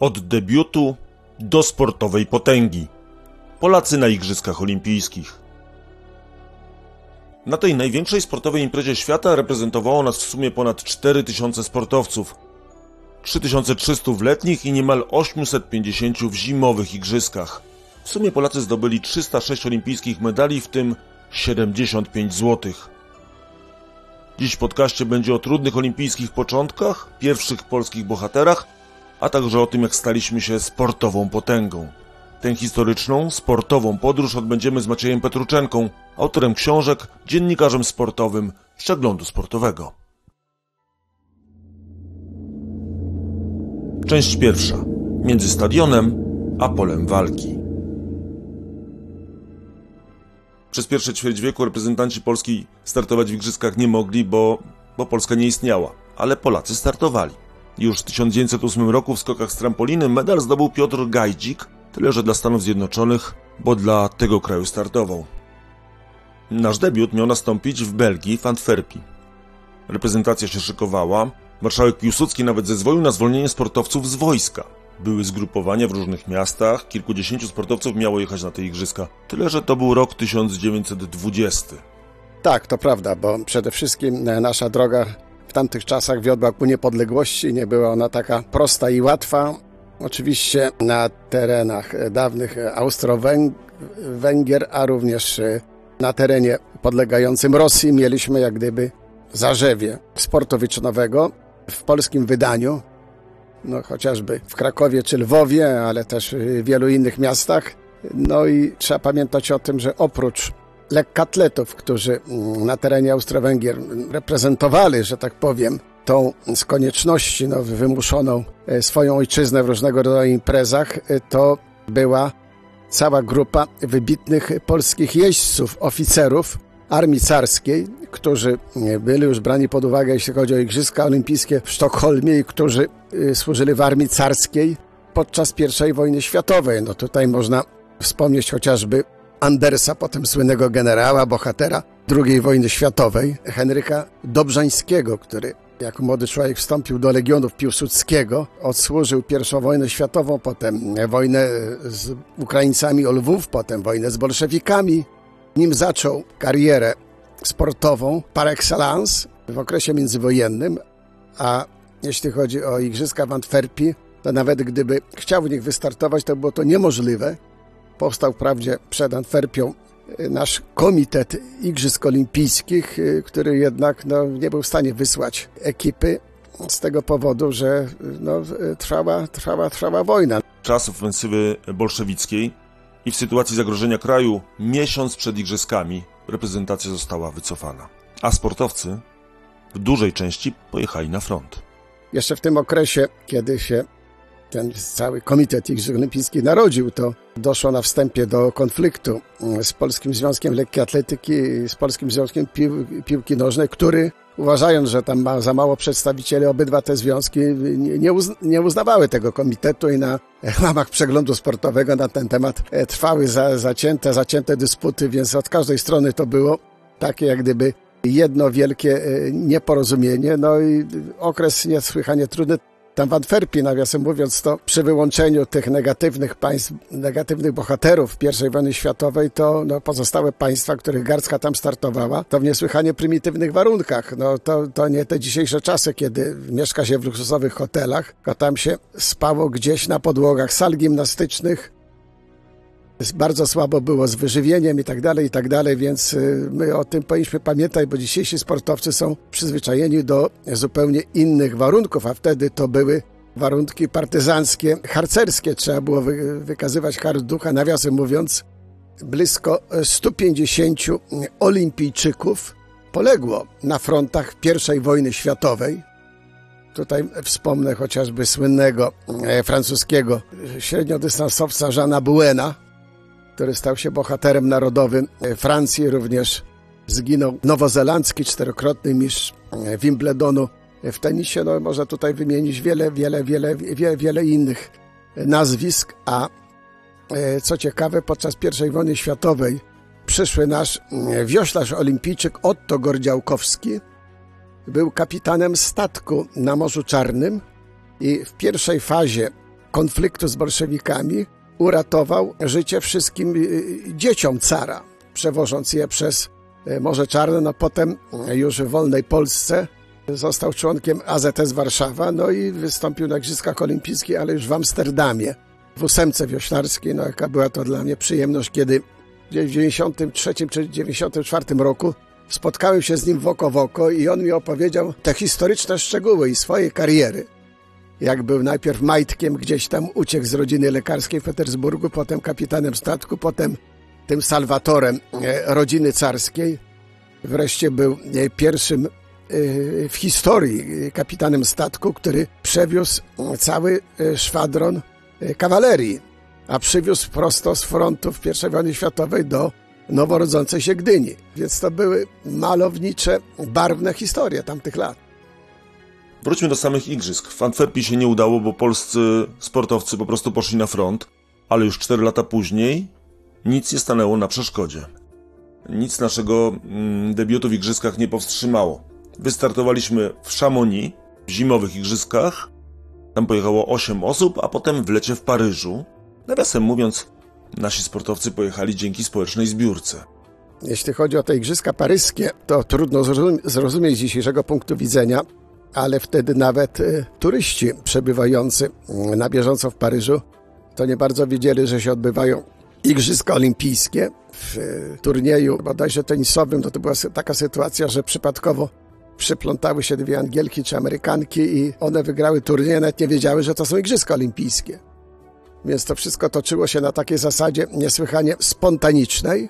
Od debiutu do sportowej potęgi. Polacy na Igrzyskach Olimpijskich. Na tej największej sportowej imprezie świata reprezentowało nas w sumie ponad 4000 sportowców. 3300 w letnich i niemal 850 w zimowych igrzyskach. W sumie Polacy zdobyli 306 olimpijskich medali, w tym 75 złotych. Dziś w podcaście będzie o trudnych olimpijskich początkach, pierwszych polskich bohaterach, a także o tym, jak staliśmy się sportową potęgą. Tę historyczną, sportową podróż odbędziemy z Maciejem Petruczenką, autorem książek, dziennikarzem sportowym Przeglądu Sportowego. Część pierwsza. Między stadionem a polem walki. Przez pierwsze ćwierć wieku reprezentanci Polski startować w igrzyskach nie mogli, bo Polska nie istniała, ale Polacy startowali. Już w 1908 roku w skokach z trampoliny medal zdobył Piotr Gajdzik, tyle że dla Stanów Zjednoczonych, bo dla tego kraju startował. Nasz debiut miał nastąpić w Belgii, w Antwerpii. Reprezentacja się szykowała, marszałek Piłsudski nawet zezwolił na zwolnienie sportowców z wojska. Były zgrupowania w różnych miastach, kilkudziesięciu sportowców miało jechać na te igrzyska, tyle że to był rok 1920. Tak, to prawda, bo przede wszystkim nasza droga w tamtych czasach wiodła ku niepodległości, nie była ona taka prosta i łatwa. Oczywiście na terenach dawnych Austro-Węgier, a również na terenie podlegającym Rosji mieliśmy jak gdyby zarzewie sportu wyczynowego w polskim wydaniu, chociażby w Krakowie czy Lwowie, ale też w wielu innych miastach. No i trzeba pamiętać o tym, że oprócz lekkoatletów, którzy na terenie Austro-Węgier reprezentowali, że tak powiem, tą z konieczności wymuszoną swoją ojczyznę w różnego rodzaju imprezach, to była cała grupa wybitnych polskich jeźdźców, oficerów armii carskiej, którzy byli już brani pod uwagę, jeśli chodzi o Igrzyska Olimpijskie w Sztokholmie i którzy służyli w armii carskiej podczas I wojny światowej. Tutaj można wspomnieć chociażby Andersa, potem słynnego generała, bohatera II wojny światowej, Henryka Dobrzańskiego, który jako młody człowiek wstąpił do Legionów Piłsudskiego, odsłużył I wojnę światową, potem wojnę z Ukraińcami o Lwów, potem wojnę z bolszewikami. Nim zaczął karierę sportową par excellence w okresie międzywojennym, a jeśli chodzi o igrzyska w Antwerpii, to nawet gdyby chciał w nich wystartować, to było to niemożliwe. Powstał wprawdzie przed Antwerpią nasz Komitet Igrzysk Olimpijskich, który jednak nie był w stanie wysłać ekipy z tego powodu, że trwała wojna. Czas ofensywy bolszewickiej i w sytuacji zagrożenia kraju miesiąc przed igrzyskami reprezentacja została wycofana, a sportowcy w dużej części pojechali na front. Jeszcze w tym okresie, kiedy się ten cały Komitet Igrzysk Olimpijskich narodził, to doszło na wstępie do konfliktu z Polskim Związkiem Lekkiej Atletyki i z Polskim Związkiem Piłki Nożnej, który, uważając, że tam ma za mało przedstawicieli, obydwa te związki nie uznawały tego komitetu i na łamach przeglądu sportowego na ten temat trwały zacięte dysputy, więc od każdej strony to było takie jak gdyby jedno wielkie nieporozumienie, i okres niesłychanie trudny. Tam w Antwerpii, nawiasem mówiąc, to przy wyłączeniu tych negatywnych państw, negatywnych bohaterów I wojny światowej, to pozostałe państwa, których garstka tam startowała, to w niesłychanie prymitywnych warunkach. To nie te dzisiejsze czasy, kiedy mieszka się w luksusowych hotelach, a tam się spało gdzieś na podłogach sal gimnastycznych. Bardzo słabo było z wyżywieniem i tak dalej, więc my o tym powinniśmy pamiętać, bo dzisiejsi sportowcy są przyzwyczajeni do zupełnie innych warunków, a wtedy to były warunki partyzanckie, harcerskie. Trzeba było wykazywać hart ducha. Nawiasem mówiąc, blisko 150 olimpijczyków poległo na frontach I wojny światowej. Tutaj wspomnę chociażby słynnego francuskiego średniodystansowca Jeana Bouena, który stał się bohaterem narodowym Francji, również zginął nowozelandzki 4-krotny mistrz Wimbledonu w tenisie. Można tutaj wymienić wiele innych nazwisk, a co ciekawe, podczas I wojny światowej przyszły nasz wioślarz olimpijczyk Otto Gordziałkowski był kapitanem statku na Morzu Czarnym i w pierwszej fazie konfliktu z bolszewikami uratował życie wszystkim dzieciom cara, przewożąc je przez Morze Czarne. No potem już w wolnej Polsce został członkiem AZS Warszawa, no i wystąpił na Igrzyskach Olimpijskich, ale już w Amsterdamie, w 8 wioślarskiej. No jaka była to dla mnie przyjemność, kiedy w 93 czy 94 roku spotkałem się z nim w oko i on mi opowiedział te historyczne szczegóły i swojej kariery. Jak był najpierw majtkiem, gdzieś tam uciekł z rodziny lekarskiej w Petersburgu, potem kapitanem statku, potem tym salwatorem rodziny carskiej. Wreszcie był pierwszym w historii kapitanem statku, który przewiózł cały szwadron kawalerii, a przywiózł prosto z frontów I wojny światowej do noworodzącej się Gdyni. Więc to były malownicze, barwne historie tamtych lat. Wróćmy do samych igrzysk. W Antwerpii się nie udało, bo polscy sportowcy po prostu poszli na front, ale już 4 lata później nic nie stanęło na przeszkodzie. Nic naszego debiutu w igrzyskach nie powstrzymało. Wystartowaliśmy w Chamonix, w zimowych igrzyskach. Tam pojechało 8 osób, a potem w lecie w Paryżu. Nawiasem mówiąc, nasi sportowcy pojechali dzięki społecznej zbiórce. Jeśli chodzi o te igrzyska paryskie, to trudno zrozumieć z dzisiejszego punktu widzenia, ale wtedy nawet turyści przebywający na bieżąco w Paryżu to nie bardzo wiedzieli, że się odbywają igrzyska olimpijskie. W turnieju bodajże tenisowym to była taka sytuacja, że przypadkowo przyplątały się 2 Angielki czy Amerykanki i one wygrały turniej, nawet nie wiedziały, że to są igrzyska olimpijskie. Więc to wszystko toczyło się na takiej zasadzie niesłychanie spontanicznej,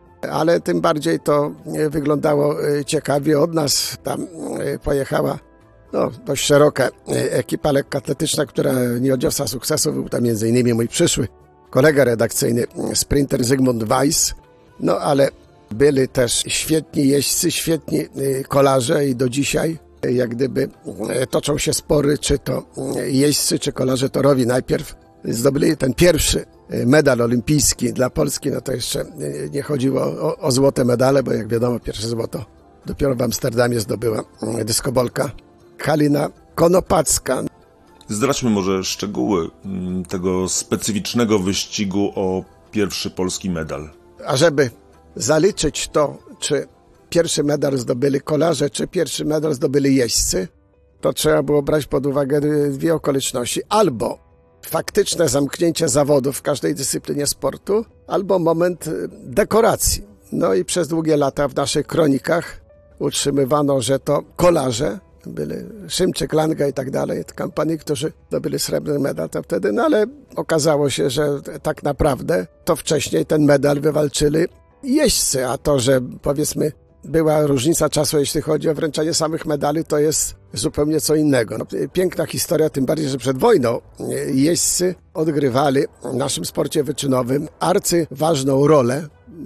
ale tym bardziej to wyglądało ciekawie. Od nas tam pojechała dość szeroka ekipa lekkoatletyczna, która nie odniosła sukcesu. Był tam m.in. mój przyszły kolega redakcyjny, sprinter Zygmunt Weiss, ale byli też świetni jeźdźcy, świetni kolarze i do dzisiaj jak gdyby toczą się spory, czy to jeźdźcy, czy kolarze torowi najpierw zdobyli ten pierwszy medal olimpijski dla Polski. To jeszcze nie chodziło o złote medale, bo jak wiadomo pierwsze złoto dopiero w Amsterdamie zdobyła dyskobolka Halina Konopacka. Zdradźmy może szczegóły tego specyficznego wyścigu o pierwszy polski medal. A żeby zaliczyć to, czy pierwszy medal zdobyli kolarze, czy pierwszy medal zdobyli jeźdźcy, to trzeba było brać pod uwagę 2 okoliczności. Albo faktyczne zamknięcie zawodów w każdej dyscyplinie sportu, albo moment dekoracji. I przez długie lata w naszych kronikach utrzymywano, że to kolarze, byli Szymczyk, Langa i tak dalej, kampanii, którzy zdobyli srebrny medal tam wtedy, ale okazało się, że tak naprawdę to wcześniej ten medal wywalczyli jeźdźcy, a to, że powiedzmy była różnica czasu, jeśli chodzi o wręczanie samych medali, to jest zupełnie co innego. Piękna historia, tym bardziej, że przed wojną jeźdźcy odgrywali w naszym sporcie wyczynowym arcyważną rolę.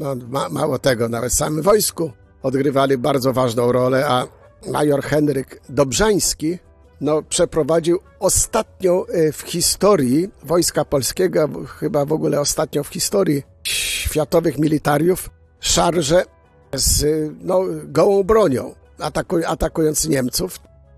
Mało tego, nawet w samym wojsku odgrywali bardzo ważną rolę, a major Henryk Dobrzański przeprowadził ostatnią w historii Wojska Polskiego, chyba w ogóle ostatnią w historii światowych militariów, szarżę z gołą bronią, atakując Niemców.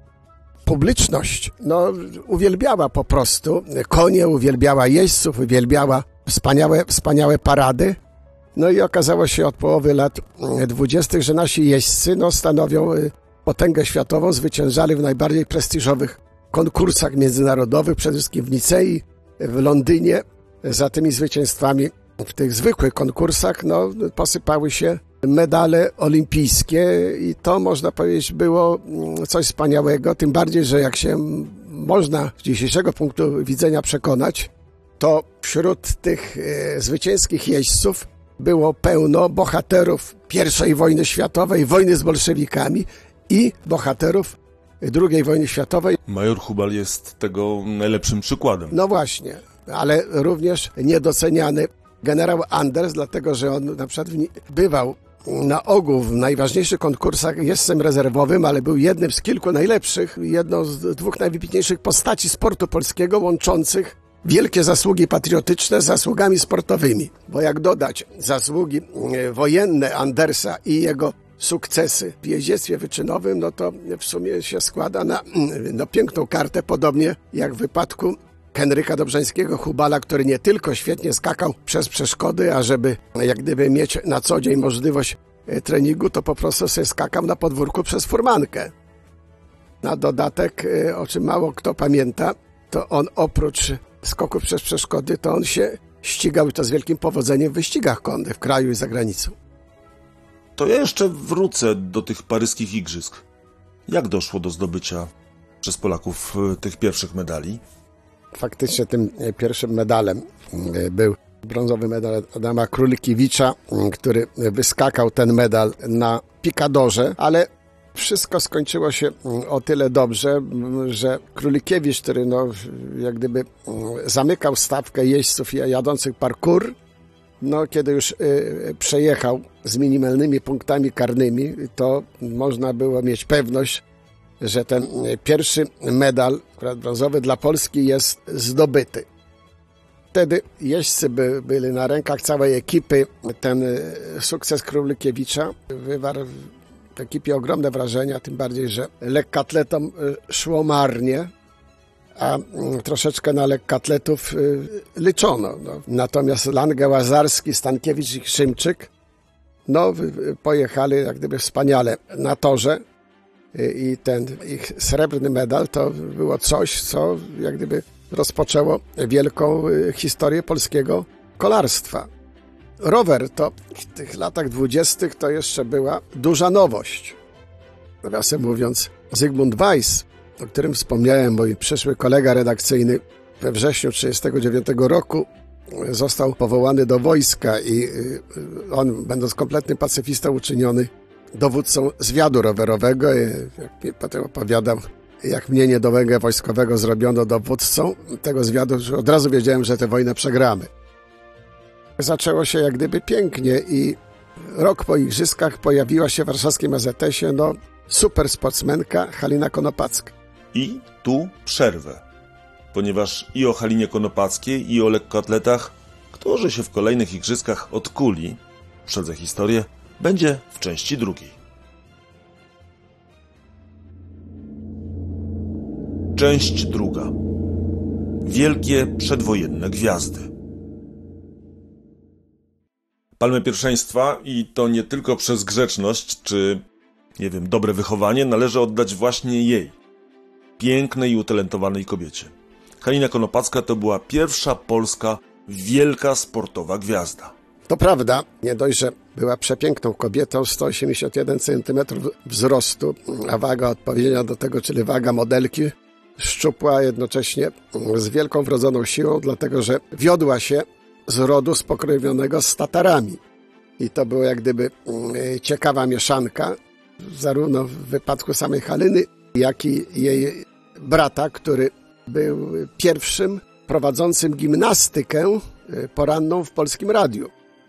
Publiczność uwielbiała po prostu konie, uwielbiała jeźdźców, uwielbiała wspaniałe parady. I okazało się od połowy lat 20., że nasi jeźdźcy stanowią potęgę światową, zwyciężali w najbardziej prestiżowych konkursach międzynarodowych, przede wszystkim w Nicei, w Londynie. Za tymi zwycięstwami w tych zwykłych konkursach posypały się medale olimpijskie i to, można powiedzieć, było coś wspaniałego, tym bardziej, że jak się można z dzisiejszego punktu widzenia przekonać, to wśród tych zwycięskich jeźdźców było pełno bohaterów I wojny światowej, wojny z bolszewikami i bohaterów II wojny światowej. Major Hubal jest tego najlepszym przykładem. Właśnie, ale również niedoceniany generał Anders, dlatego że on na przykład bywał na ogół w najważniejszych konkursach jeźdźcem rezerwowym, ale był jednym z kilku najlepszych, jedną z 2 najwybitniejszych postaci sportu polskiego, łączących wielkie zasługi patriotyczne z zasługami sportowymi. Bo jak dodać zasługi wojenne Andersa i jego sukcesy w jeździectwie wyczynowym, to w sumie się składa na piękną kartę, podobnie jak w wypadku Henryka Dobrzańskiego Hubala, który nie tylko świetnie skakał przez przeszkody, a żeby jak gdyby mieć na co dzień możliwość treningu, to po prostu sobie skakał na podwórku przez furmankę. Na dodatek, o czym mało kto pamięta, to on oprócz skoków przez przeszkody, to on się ścigał, i to z wielkim powodzeniem, w wyścigach konnych w kraju i za granicą. To ja jeszcze wrócę do tych paryskich igrzysk. Jak doszło do zdobycia przez Polaków tych pierwszych medali? Faktycznie tym pierwszym medalem był brązowy medal Adama Królikiewicza, który wyskakał ten medal na pikadorze, ale wszystko skończyło się o tyle dobrze, że Królikiewicz, który jak gdyby zamykał stawkę jeźdźców jadących parkour, kiedy już przejechał z minimalnymi punktami karnymi, to można było mieć pewność, że ten pierwszy medal, akurat brązowy dla Polski, jest zdobyty. Wtedy jeźdźcy byli na rękach całej ekipy. Ten sukces Królikiewicza wywarł w ekipie ogromne wrażenia, tym bardziej, że lekkoatletom szło marnie, a troszeczkę na lekkoatletów liczono. Natomiast Lange, Łazarski, Stankiewicz i Szymczyk pojechali jak gdyby wspaniale na torze i ten ich srebrny medal to było coś, co jak gdyby rozpoczęło wielką historię polskiego kolarstwa. Rower to w tych latach 20. to jeszcze była duża nowość. Nawiasem mówiąc, Zygmunt Weiss, o którym wspomniałem, mój przyszły kolega redakcyjny, we wrześniu 1939 roku został powołany do wojska i on, będąc kompletnym pacyfistą, uczyniony dowódcą zwiadu rowerowego. Jak mi potem opowiadał, jak mnie niedowęgę wojskowego zrobiono dowódcą tego zwiadu, że od razu wiedziałem, że tę wojnę przegramy. Zaczęło się jak gdyby pięknie i rok po igrzyskach pojawiła się w warszawskim AZS-ie super sportsmenka Halina Konopacka. I tu przerwę, ponieważ i o Halinie Konopackiej, i o lekkoatletach, którzy się w kolejnych igrzyskach odkuli, uprzedzę historię, będzie w części drugiej. Część druga. Wielkie przedwojenne gwiazdy. Palmę pierwszeństwa, i to nie tylko przez grzeczność czy, dobre wychowanie, należy oddać właśnie jej, pięknej i utalentowanej kobiecie. Halina Konopacka to była pierwsza polska wielka sportowa gwiazda. To prawda, nie dość, że była przepiękną kobietą, 181 cm wzrostu, a waga odpowiednia do tego, czyli waga modelki, szczupła, jednocześnie z wielką wrodzoną siłą, dlatego że wiodła się z rodu spokrewnionego z Tatarami. I to była jak gdyby ciekawa mieszanka, zarówno w wypadku samej Haliny, jak i jej brata, który był pierwszym prowadzącym gimnastykę poranną w Polskim Radiu.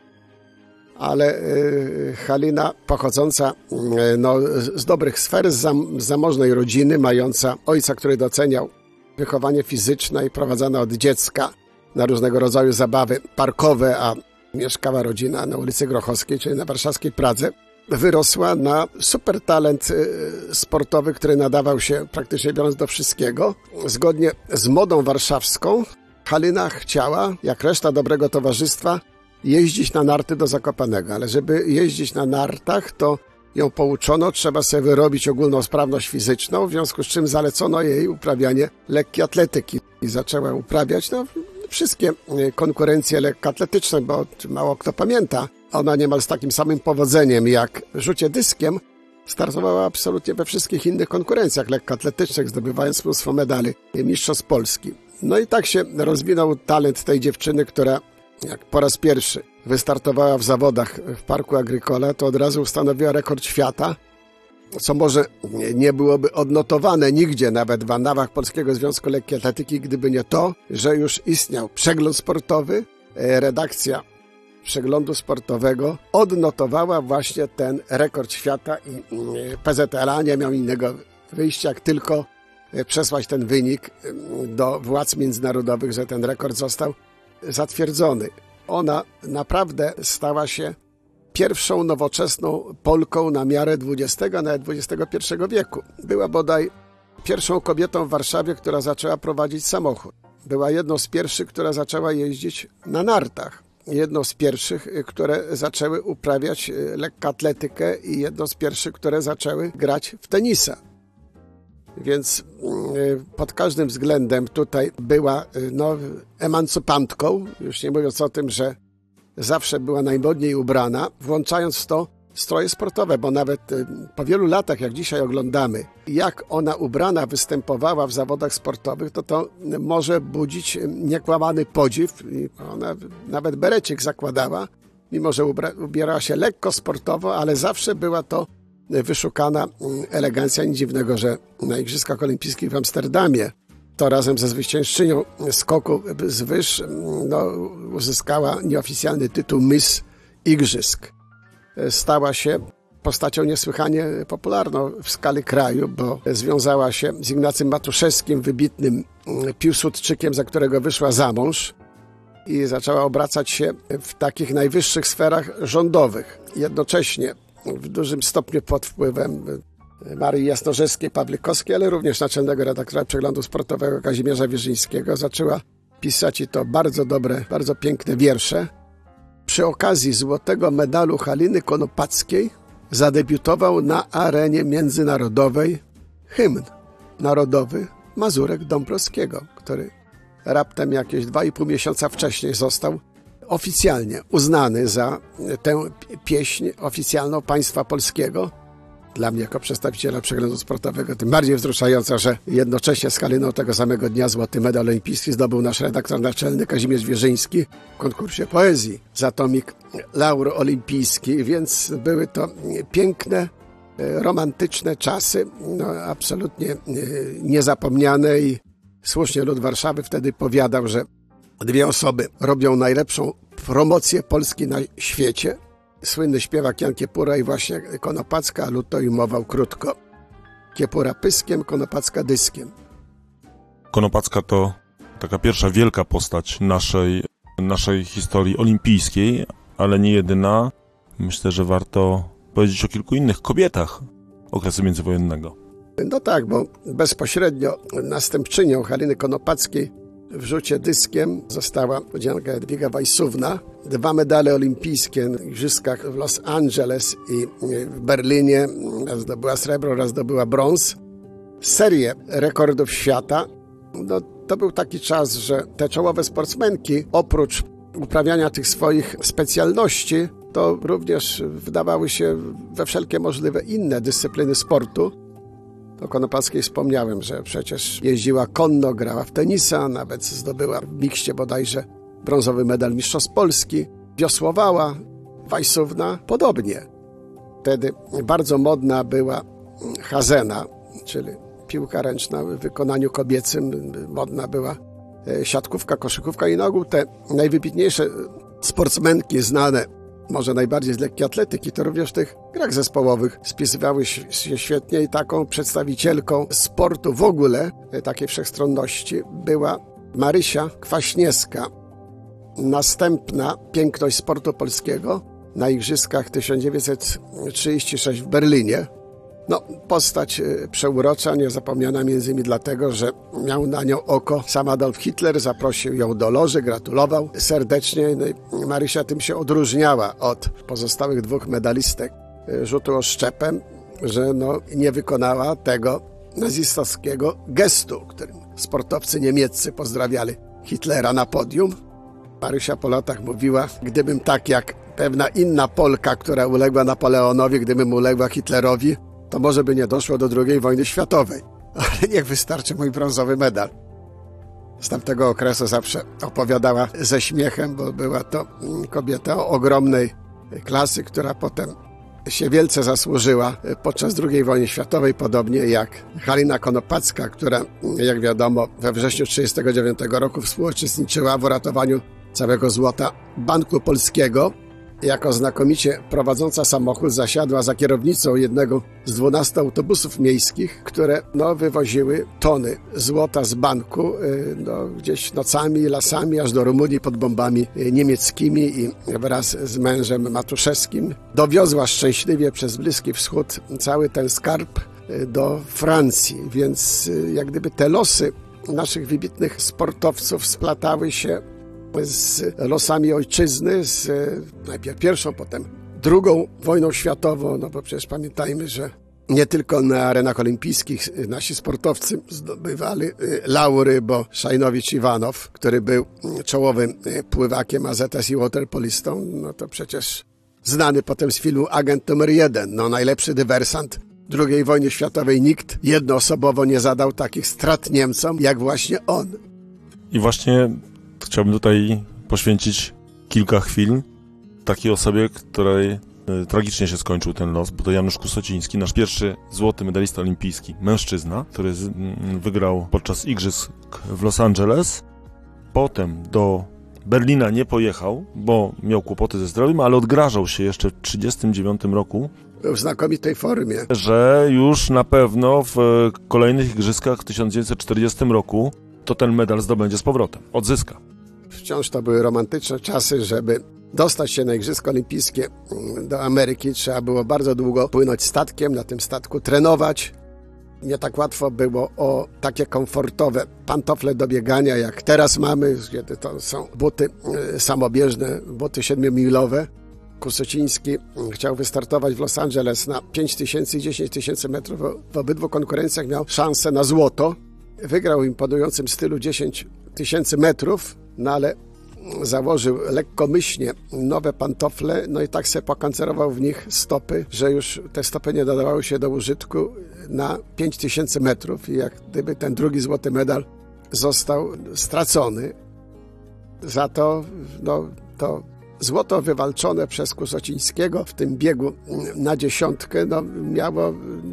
Ale Halina, pochodząca z dobrych sfer, z zamożnej rodziny, mająca ojca, który doceniał wychowanie fizyczne i prowadzona od dziecka na różnego rodzaju zabawy parkowe, a mieszkała rodzina na ulicy Grochowskiej, czyli na warszawskiej Pradze, wyrosła na super talent sportowy, który nadawał się praktycznie biorąc do wszystkiego. Zgodnie z modą warszawską Halina chciała, jak reszta dobrego towarzystwa, jeździć na narty do Zakopanego, ale żeby jeździć na nartach, to ją pouczono, trzeba sobie wyrobić ogólną sprawność fizyczną, w związku z czym zalecono jej uprawianie lekkiej atletyki i zaczęła uprawiać wszystkie konkurencje lekkoatletyczne, bo mało kto pamięta, ona niemal z takim samym powodzeniem jak w rzucie dyskiem startowała absolutnie we wszystkich innych konkurencjach lekkoatletycznych, zdobywając mnóstwo medali mistrzostw Polski. I tak się rozwinął talent tej dziewczyny, która jak po raz pierwszy wystartowała w zawodach w Parku Agricola, to od razu ustanowiła rekord świata, co może nie byłoby odnotowane nigdzie, nawet w annałach Polskiego Związku Lekkiej Atletyki, gdyby nie to, że już istniał przegląd sportowy. Redakcja przeglądu sportowego odnotowała właśnie ten rekord świata i PZLA nie miał innego wyjścia, jak tylko przesłać ten wynik do władz międzynarodowych, że ten rekord został zatwierdzony. Ona naprawdę stała się pierwszą nowoczesną Polką na miarę XX, a nawet XXI wieku. Była bodaj pierwszą kobietą w Warszawie, która zaczęła prowadzić samochód. Była jedną z pierwszych, która zaczęła jeździć na nartach. Jedną z pierwszych, które zaczęły uprawiać lekkoatletykę i jedną z pierwszych, które zaczęły grać w tenisa. Więc pod każdym względem tutaj była emancypantką, już nie mówiąc o tym, że zawsze była najmodniej ubrana, włączając w to stroje sportowe, bo nawet po wielu latach, jak dzisiaj oglądamy, jak ona ubrana występowała w zawodach sportowych, to może budzić niekłamany podziw. Ona nawet berecik zakładała, mimo że ubierała się lekko sportowo, ale zawsze była to wyszukana elegancja. Nic dziwnego, że na Igrzyskach Olimpijskich w Amsterdamie to razem ze zwyciężczynią skoku z wyż uzyskała nieoficjalny tytuł Miss Igrzysk. Stała się postacią niesłychanie popularną w skali kraju, bo związała się z Ignacym Matuszewskim, wybitnym Piłsudczykiem, za którego wyszła za mąż i zaczęła obracać się w takich najwyższych sferach rządowych. Jednocześnie w dużym stopniu pod wpływem Marii Jasnorzewskiej-Pawlikowskiej, ale również naczelnego redaktora Przeglądu Sportowego Kazimierza Wierzyńskiego zaczęła pisać, i to bardzo dobre, bardzo piękne wiersze. Przy okazji złotego medalu Haliny Konopackiej zadebiutował na arenie międzynarodowej hymn narodowy Mazurek Dąbrowskiego, który raptem jakieś 2,5 miesiąca wcześniej został oficjalnie uznany za tę pieśń oficjalną państwa polskiego. Dla mnie jako przedstawiciela Przeglądu Sportowego tym bardziej wzruszająca, że jednocześnie z Haliną tego samego dnia złoty medal olimpijski zdobył nasz redaktor naczelny Kazimierz Wierzyński w konkursie poezji za tomik Laur Olimpijski, więc były to piękne, romantyczne czasy, absolutnie niezapomniane, i słusznie lud Warszawy wtedy powiadał, że dwie osoby robią najlepszą promocję Polski na świecie. Słynny śpiewak Jan Kiepura i właśnie Konopacka, a lud to ujmował krótko. Kiepura pyskiem, Konopacka dyskiem. Konopacka to taka pierwsza wielka postać naszej historii olimpijskiej, ale nie jedyna. Myślę, że warto powiedzieć o kilku innych kobietach okresu międzywojennego. No tak, bo bezpośrednio następczynią Haliny Konopackiej w rzucie dyskiem została podzianka Jadwiga Wajsówna. 2 medale olimpijskie na Igrzyskach w Los Angeles i w Berlinie. Raz zdobyła srebro, raz zdobyła brąz. Serię rekordów świata. To był taki czas, że te czołowe sportsmenki, oprócz uprawiania tych swoich specjalności, to również wdawały się we wszelkie możliwe inne dyscypliny sportu. O Konopackiej wspomniałem, że przecież jeździła konno, grała w tenisa, nawet zdobyła w mikście bodajże brązowy medal mistrzostw Polski, wiosłowała. Wajsówna podobnie. Wtedy bardzo modna była hazena, czyli piłka ręczna w wykonaniu kobiecym. Modna była siatkówka, koszykówka i na ogół te najwybitniejsze sportsmenki znane może najbardziej z lekkiej atletyki, to również w tych grach zespołowych spisywały się świetnie, i taką przedstawicielką sportu w ogóle, takiej wszechstronności, była Marysia Kwaśniewska, następna piękność sportu polskiego na Igrzyskach 1936 w Berlinie. Postać przeurocza, niezapomniana między innymi dlatego, że miał na nią oko sam Adolf Hitler, zaprosił ją do loży, gratulował serdecznie. Marysia tym się odróżniała od pozostałych 2 medalistek rzutu oszczepem, że nie wykonała tego nazistowskiego gestu, którym sportowcy niemieccy pozdrawiali Hitlera na podium. Marysia po latach mówiła: gdybym tak jak pewna inna Polka, która uległa Napoleonowi, gdybym uległa Hitlerowi, to może by nie doszło do II wojny światowej. Ale niech wystarczy mój brązowy medal. Z tamtego okresu zawsze opowiadała ze śmiechem, bo była to kobieta o ogromnej klasy, która potem się wielce zasłużyła podczas II wojny światowej, podobnie jak Halina Konopacka, która, jak wiadomo, we wrześniu 1939 roku współuczestniczyła w uratowaniu całego złota Banku Polskiego. Jako znakomicie prowadząca samochód zasiadła za kierownicą jednego z 12 autobusów miejskich, które wywoziły tony złota z banku gdzieś nocami, lasami, aż do Rumunii pod bombami niemieckimi, i wraz z mężem Matuszewskim dowiozła szczęśliwie przez Bliski Wschód cały ten skarb do Francji. Więc jak gdyby te losy naszych wybitnych sportowców splatały się z losami ojczyzny, z najpierw pierwszą, potem drugą wojną światową, no bo przecież pamiętajmy, że nie tylko na arenach olimpijskich nasi sportowcy zdobywali laury, bo Szajnowicz-Iwanow, który był czołowym pływakiem AZS i waterpolistą, no to przecież znany potem z filmu Agent numer 1, no najlepszy dywersant II wojny światowej. Nikt jednoosobowo nie zadał takich strat Niemcom, jak właśnie on. I właśnie chciałbym tutaj poświęcić kilka chwil takiej osobie, której tragicznie się skończył ten los, bo to Janusz Kusociński, nasz pierwszy złoty medalista olimpijski, mężczyzna, który wygrał podczas igrzysk w Los Angeles. Potem do Berlina nie pojechał, bo miał kłopoty ze zdrowiem, ale odgrażał się jeszcze w 1939 roku. Był w znakomitej formie. Że już na pewno w kolejnych igrzyskach w 1940 roku to ten medal zdobędzie z powrotem, odzyska. Wciąż to były romantyczne czasy, żeby dostać się na Igrzyska Olimpijskie do Ameryki. Trzeba było bardzo długo płynąć statkiem, na tym statku trenować. Nie tak łatwo było o takie komfortowe pantofle do biegania, jak teraz mamy, kiedy to są buty samobieżne, buty 7-milowe. Kusociński chciał wystartować w Los Angeles na 5000 i 10 000 metrów. W obydwu konkurencjach miał szansę na złoto. Wygrał w imponującym stylu 10 000 metrów, no ale założył lekkomyślnie nowe pantofle, no i tak sobie pokancerował w nich stopy, że już te stopy nie nadawały się do użytku na 5000 metrów i jak gdyby ten drugi złoty medal został stracony. Za to, no, to złoto wywalczone przez Kusocińskiego w tym biegu na 10 no, miało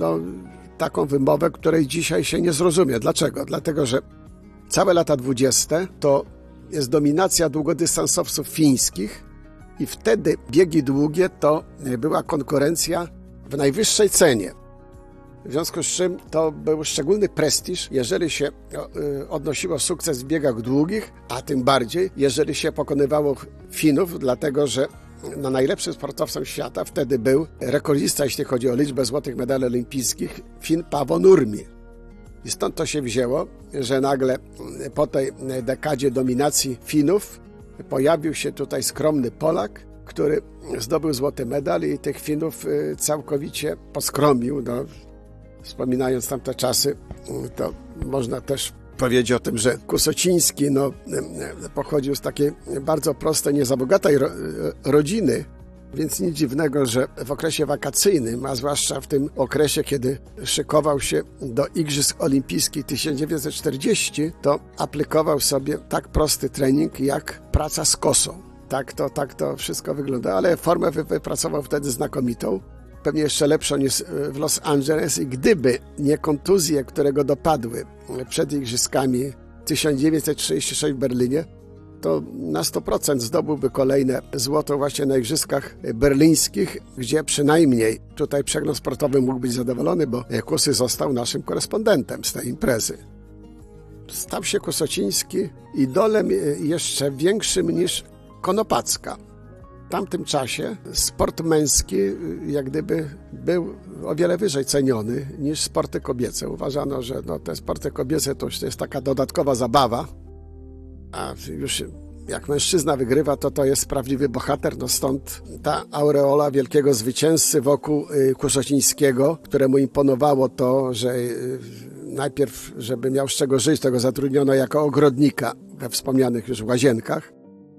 taką wymowę, której dzisiaj się nie zrozumie. Dlaczego? Dlatego, że całe lata 20 to jest dominacja długodystansowców fińskich i wtedy biegi długie to była konkurencja w najwyższej cenie. W związku z czym to był szczególny prestiż, jeżeli się odnosiło sukces w biegach długich, a tym bardziej, jeżeli się pokonywało Finów, dlatego że najlepszym sportowcem świata wtedy był rekordzista, jeśli chodzi o liczbę złotych medali olimpijskich, Fin Paavo Nurmi. I stąd to się wzięło, że nagle po tej dekadzie dominacji Finów pojawił się tutaj skromny Polak, który zdobył złoty medal i tych Finów całkowicie poskromił. No, wspominając tamte czasy, to można też powiedzieć o tym, że Kusociński pochodził z takiej bardzo prostej, nie za bogatej rodziny, więc nic dziwnego, że w okresie wakacyjnym, a zwłaszcza w tym okresie, kiedy szykował się do Igrzysk Olimpijskich 1940, to aplikował sobie tak prosty trening jak praca z kosą. Tak to wszystko wygląda, ale formę wypracował wtedy znakomitą, pewnie jeszcze lepszą niż w Los Angeles i gdyby nie kontuzje, które go dopadły przed Igrzyskami 1936 w Berlinie, to na 100% zdobyłby kolejne złoto właśnie na Igrzyskach Berlińskich, gdzie przynajmniej tutaj przegląd sportowy mógł być zadowolony, bo Kusy został naszym korespondentem z tej imprezy. Stał się Kusociński idolem jeszcze większym niż Konopacka. W tamtym czasie sport męski jak gdyby był o wiele wyżej ceniony niż sporty kobiece. Uważano, że te sporty kobiece to już jest taka dodatkowa zabawa, a już jak mężczyzna wygrywa, to jest prawdziwy bohater, stąd ta aureola wielkiego zwycięzcy wokół Kusocińskiego, któremu imponowało to, że najpierw, żeby miał z czego żyć, tego zatrudniono jako ogrodnika we wspomnianych już Łazienkach,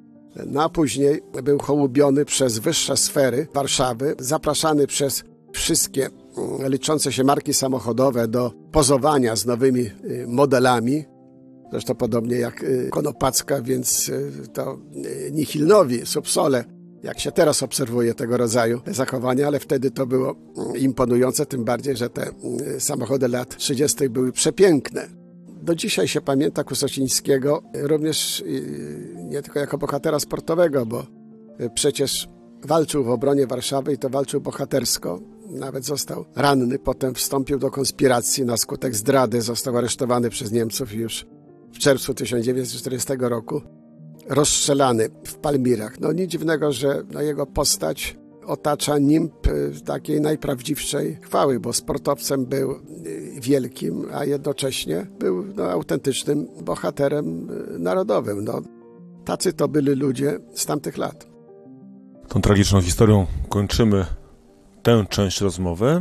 a później był hołubiony przez wyższe sfery Warszawy, zapraszany przez wszystkie liczące się marki samochodowe do pozowania z nowymi modelami. Zresztą podobnie jak Konopacka, więc to Nihilnowi, Subsole, jak się teraz obserwuje tego rodzaju zachowania, ale wtedy to było imponujące, tym bardziej, że te samochody lat 30. były przepiękne. Do dzisiaj się pamięta Kusocińskiego również nie tylko jako bohatera sportowego, bo przecież walczył w obronie Warszawy i to walczył bohatersko. Nawet został ranny, potem wstąpił do konspiracji na skutek zdrady, został aresztowany przez Niemców i już w czerwcu 1940 roku rozstrzelany w Palmirach. Nic dziwnego, że jego postać otacza nimb takiej najprawdziwszej chwały, bo sportowcem był wielkim, a jednocześnie był autentycznym bohaterem narodowym. Tacy to byli ludzie z tamtych lat. Tą tragiczną historią kończymy tę część rozmowy.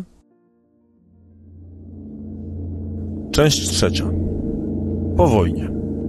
Część trzecia. Po wojnie.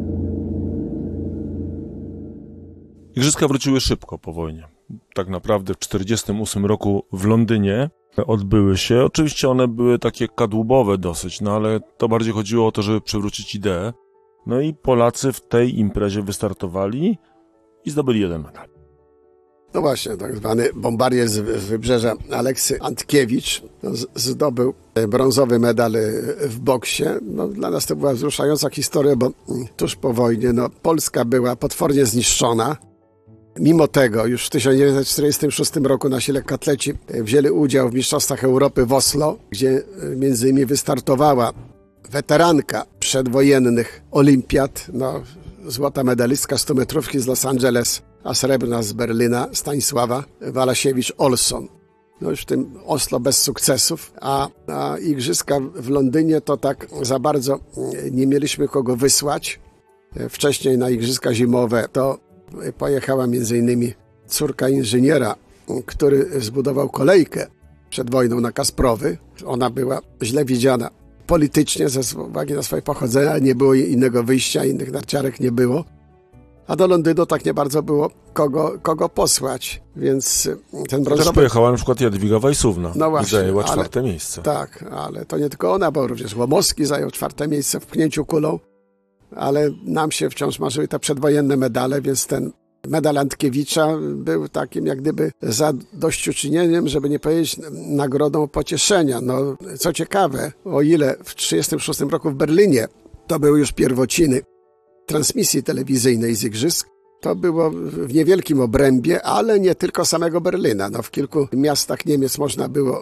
Igrzyska wróciły szybko po wojnie. Tak naprawdę w 1948 roku w Londynie odbyły się. Oczywiście one były takie kadłubowe dosyć, ale to bardziej chodziło o to, żeby przywrócić ideę. I Polacy w tej imprezie wystartowali i zdobyli 1 medal. No właśnie, tak zwany bombardier z wybrzeża Aleksy Antkiewicz zdobył brązowy medal w boksie. Dla nas to była wzruszająca historia, bo tuż po wojnie Polska była potwornie zniszczona. Mimo tego już w 1946 roku nasi lekkoatleci wzięli udział w Mistrzostwach Europy w Oslo, gdzie między innymi wystartowała weteranka przedwojennych olimpiad, złota medalistka 100-metrówki z Los Angeles, a srebrna z Berlina Stanisława Walasiewicz-Olson. Już w tym Oslo bez sukcesów, a igrzyska w Londynie to tak za bardzo nie mieliśmy kogo wysłać. Wcześniej na igrzyska zimowe to pojechała m.in. córka inżyniera, który zbudował kolejkę przed wojną na Kasprowy. Ona była źle widziana politycznie ze uwagi na swoje pochodzenie, nie było innego wyjścia, innych narciarek nie było. A do Londynu tak nie bardzo było kogo posłać, więc ten brązowy... Też pojechała na przykład Jadwiga Wajsówna i zajęła 4. miejsce. Tak, ale to nie tylko ona, bo również Łomowski zajął 4. miejsce w pchnięciu kulą, ale nam się wciąż marzyły te przedwojenne medale, więc ten medal Antkiewicza był takim jak gdyby zadośćuczynieniem, żeby nie powiedzieć nagrodą pocieszenia. Co ciekawe, o ile w 1936 roku w Berlinie to były już pierwociny transmisji telewizyjnej z igrzysk, to było w niewielkim obrębie, ale nie tylko samego Berlina. W kilku miastach Niemiec można było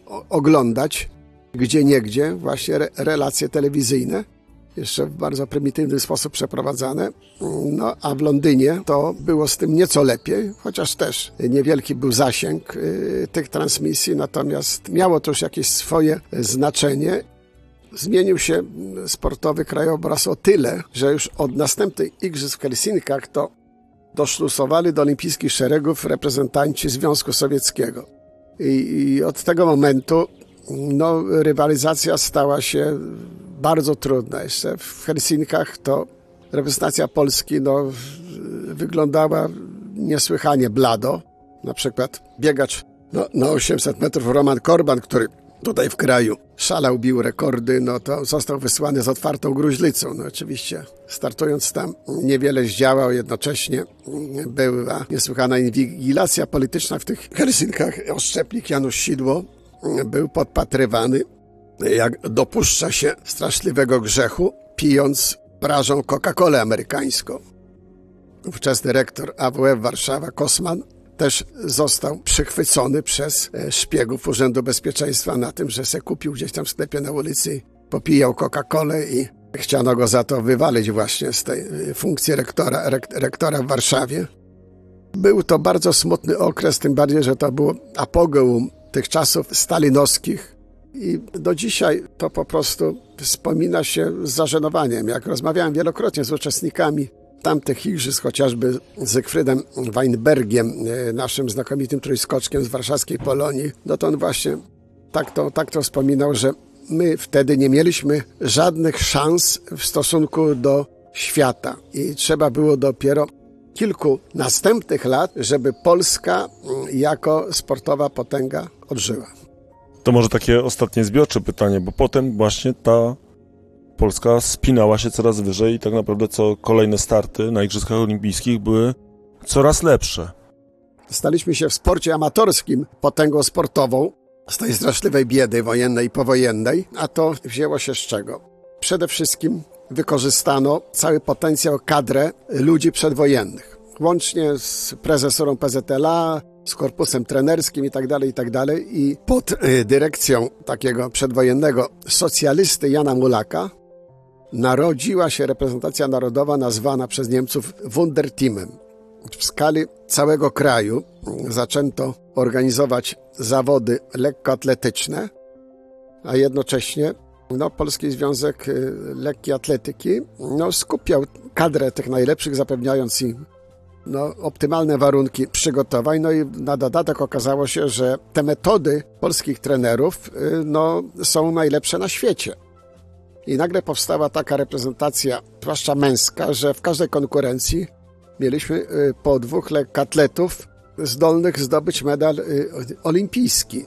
oglądać gdzieniegdzie właśnie relacje telewizyjne, jeszcze w bardzo prymitywny sposób przeprowadzane. A w Londynie to było z tym nieco lepiej, chociaż też niewielki był zasięg tych transmisji, natomiast miało to już jakieś swoje znaczenie. Zmienił się sportowy krajobraz o tyle, że już od następnych igrzysk w Helsinkach to doszlusowali do olimpijskich szeregów reprezentanci Związku Sowieckiego. I od tego momentu rywalizacja stała się bardzo trudna. Jeszcze w Helsinkach to reprezentacja Polski wyglądała niesłychanie blado. Na przykład biegacz na 800 metrów Roman Korban, który tutaj w kraju szalał, bił rekordy, to został wysłany z otwartą gruźlicą. Oczywiście startując tam niewiele zdziałał, jednocześnie była niesłychana inwigilacja polityczna w tych Helsinkach. Oszczepnik Janusz Sidło był podpatrywany, jak dopuszcza się straszliwego grzechu, pijąc prażą Coca-Colę amerykańską. Ówczesny rektor AWF Warszawa Kosman też został przychwycony przez szpiegów Urzędu Bezpieczeństwa na tym, że se kupił gdzieś tam w sklepie na ulicy, popijał Coca-Colę i chciano go za to wywalić właśnie z tej funkcji rektora w Warszawie. Był to bardzo smutny okres, tym bardziej, że to było apogeum tych czasów stalinowskich i do dzisiaj to po prostu wspomina się z zażenowaniem. Jak rozmawiałem wielokrotnie z uczestnikami tamtych igrzysk, chociażby z Zygfrydem Weinbergiem, naszym znakomitym trójskoczkiem z warszawskiej Polonii, to on właśnie tak to wspominał, że my wtedy nie mieliśmy żadnych szans w stosunku do świata i trzeba było dopiero kilku następnych lat, żeby Polska jako sportowa potęga odżyła. To może takie ostatnie zbiorcze pytanie, bo potem właśnie ta Polska spinała się coraz wyżej i tak naprawdę kolejne starty na Igrzyskach Olimpijskich były coraz lepsze. Staliśmy się w sporcie amatorskim potęgą sportową z tej straszliwej biedy wojennej i powojennej, a to wzięło się z czego? Przede wszystkim wykorzystano cały potencjał, kadrę ludzi przedwojennych, łącznie z prezesurą PZLA, z korpusem trenerskim i tak dalej. I pod dyrekcją takiego przedwojennego socjalisty Jana Mulaka narodziła się reprezentacja narodowa nazwana przez Niemców Wunderteamem. W skali całego kraju zaczęto organizować zawody lekkoatletyczne, a jednocześnie Polski Związek Lekkiej Atletyki skupiał kadrę tych najlepszych, zapewniając im optymalne warunki przygotowań. I na dodatek okazało się, że te metody polskich trenerów są najlepsze na świecie. I nagle powstała taka reprezentacja, zwłaszcza męska, że w każdej konkurencji mieliśmy po 2 lekkoatletów zdolnych zdobyć medal olimpijski.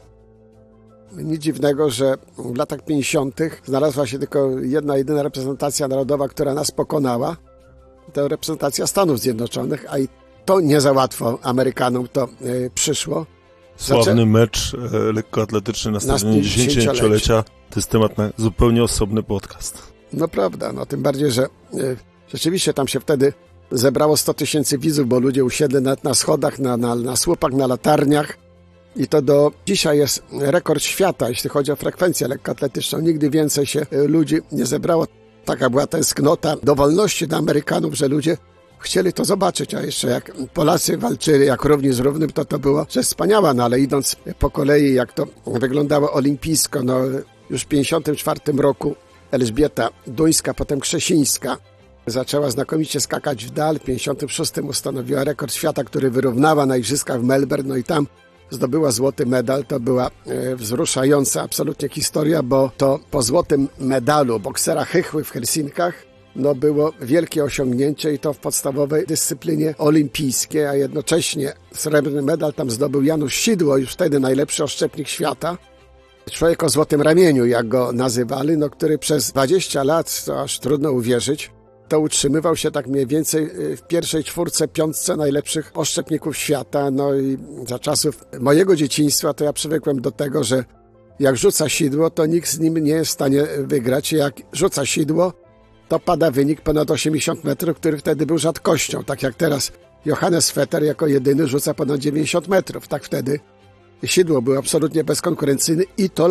Nic dziwnego, że w latach 50. znalazła się tylko jedna, jedyna reprezentacja narodowa, która nas pokonała. To reprezentacja Stanów Zjednoczonych, a i to nie za łatwo Amerykanom to przyszło. Sławny mecz lekkoatletyczny na stadionie 10-lecia to jest temat na zupełnie osobny podcast. Prawda, tym bardziej, że rzeczywiście tam się wtedy zebrało 100 000 widzów, bo ludzie usiedli na schodach, na słupach, na latarniach. I to do dzisiaj jest rekord świata, jeśli chodzi o frekwencję lekkoatletyczną. Nigdy więcej się ludzi nie zebrało. Taka była tęsknota do wolności dla Amerykanów, że ludzie chcieli to zobaczyć, a jeszcze jak Polacy walczyli jak równi z równym, to było rzecz wspaniała, ale idąc po kolei, jak to wyglądało olimpijsko, już w 1954 roku Elżbieta Duńska, potem Krzesińska zaczęła znakomicie skakać w dal. W 1956 ustanowiła rekord świata, który wyrównała na igrzyskach w Melbourne, i tam zdobyła złoty medal. To była wzruszająca absolutnie historia, bo to po złotym medalu boksera Chychły w Helsinkach było wielkie osiągnięcie i to w podstawowej dyscyplinie olimpijskiej, a jednocześnie srebrny medal tam zdobył Janusz Sidło, już wtedy najlepszy oszczepnik świata. Człowiek o złotym ramieniu, jak go nazywali, który przez 20 lat, to aż trudno uwierzyć, to utrzymywał się tak mniej więcej w pierwszej 4, 5 najlepszych oszczepników świata. I za czasów mojego dzieciństwa to ja przywykłem do tego, że jak rzuca sidło, to nikt z nim nie jest w stanie wygrać. Jak rzuca sidło, to pada wynik ponad 80 metrów, który wtedy był rzadkością. Tak jak teraz Johannes Vetter jako jedyny rzuca ponad 90 metrów. Tak wtedy sidło było absolutnie bezkonkurencyjne i to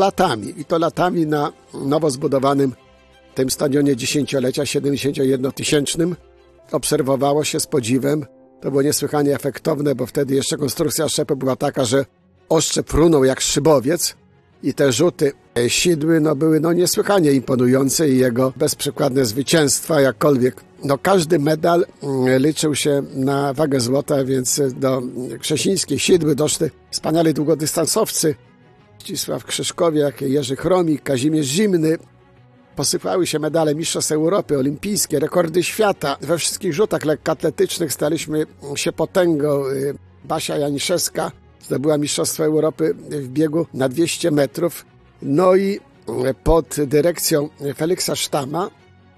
latami na nowo zbudowanym tym stadionie 10-lecia 71-tysięcznym obserwowało się z podziwem. To było niesłychanie efektowne, bo wtedy jeszcze konstrukcja oszczepu była taka, że oszczep runął jak szybowiec i te rzuty sidły były niesłychanie imponujące i jego bezprzykładne zwycięstwa, jakkolwiek. Każdy medal liczył się na wagę złota, więc do Krzesińskiej Sidły doszli wspaniali długodystansowcy. Ścisław Krzyżkowiak, Jerzy Chromik, Kazimierz Zimny. Posypały się medale Mistrzostw Europy, olimpijskie, rekordy świata. We wszystkich rzutach lekkoatletycznych staliśmy się potęgą. Basia Janiszewska zdobyła Mistrzostwo Europy w biegu na 200 metrów. I pod dyrekcją Feliksa Sztama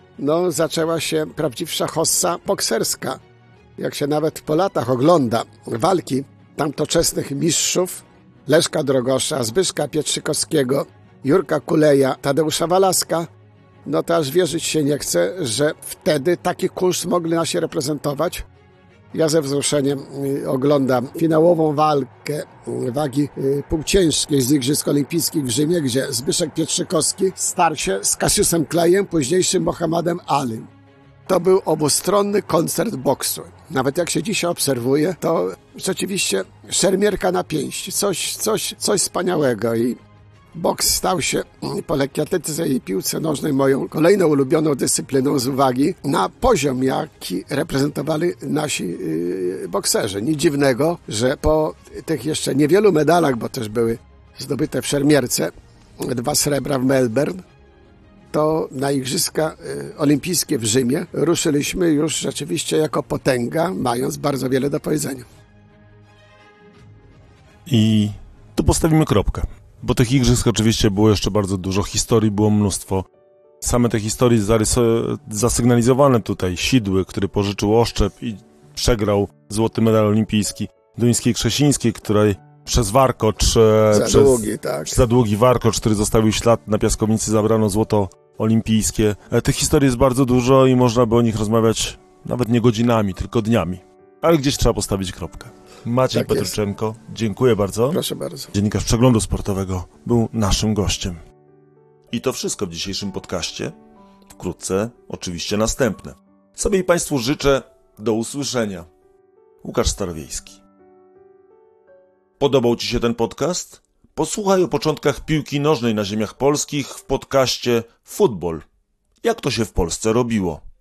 zaczęła się prawdziwsza hossa bokserska. Jak się nawet po latach ogląda walki tamtoczesnych mistrzów Leszka Drogosza, Zbyszka Pietrzykowskiego, Jurka Kuleja, Tadeusza Walaska, to aż wierzyć się nie chce, że wtedy taki kurs mogli nasi reprezentować. Ja ze wzruszeniem oglądam finałową walkę wagi półciężkiej z Igrzysk Olimpijskich w Rzymie, gdzie Zbyszek Pietrzykowski starł się z Cassiusem Clayem, późniejszym Mohamedem Alim. To był obustronny koncert boksu. Nawet jak się dzisiaj obserwuje, to rzeczywiście szermierka na pięści. Coś wspaniałego i boks stał się po lekkiej atletyce i piłce nożnej moją kolejną ulubioną dyscypliną z uwagi na poziom, jaki reprezentowali nasi bokserzy. Nic dziwnego, że po tych jeszcze niewielu medalach, bo też były zdobyte w szermierce 2 srebra w Melbourne, to na Igrzyska Olimpijskie w Rzymie ruszyliśmy już rzeczywiście jako potęga, mając bardzo wiele do powiedzenia. I tu postawimy kropkę. Bo tych igrzysk oczywiście było jeszcze bardzo dużo, historii było mnóstwo. Same te historie zasygnalizowane tutaj. Sidły, który pożyczył oszczep i przegrał złoty medal olimpijski. Duńskiej Krzesińskiej, której przez warkocz, za długi warkocz, który zostawił ślad na piaskownicy, zabrano złoto olimpijskie. Tych historii jest bardzo dużo i można by o nich rozmawiać nawet nie godzinami, tylko dniami. Ale gdzieś trzeba postawić kropkę. Maciej Petryczenko, dziękuję bardzo. Proszę bardzo. Dziennikarz Przeglądu Sportowego był naszym gościem. I to wszystko w dzisiejszym podcaście. Wkrótce oczywiście następne. Sobie i Państwu życzę do usłyszenia. Łukasz Starowiejski. Podobał Ci się ten podcast? Posłuchaj o początkach piłki nożnej na ziemiach polskich w podcaście Futbol. Jak to się w Polsce robiło?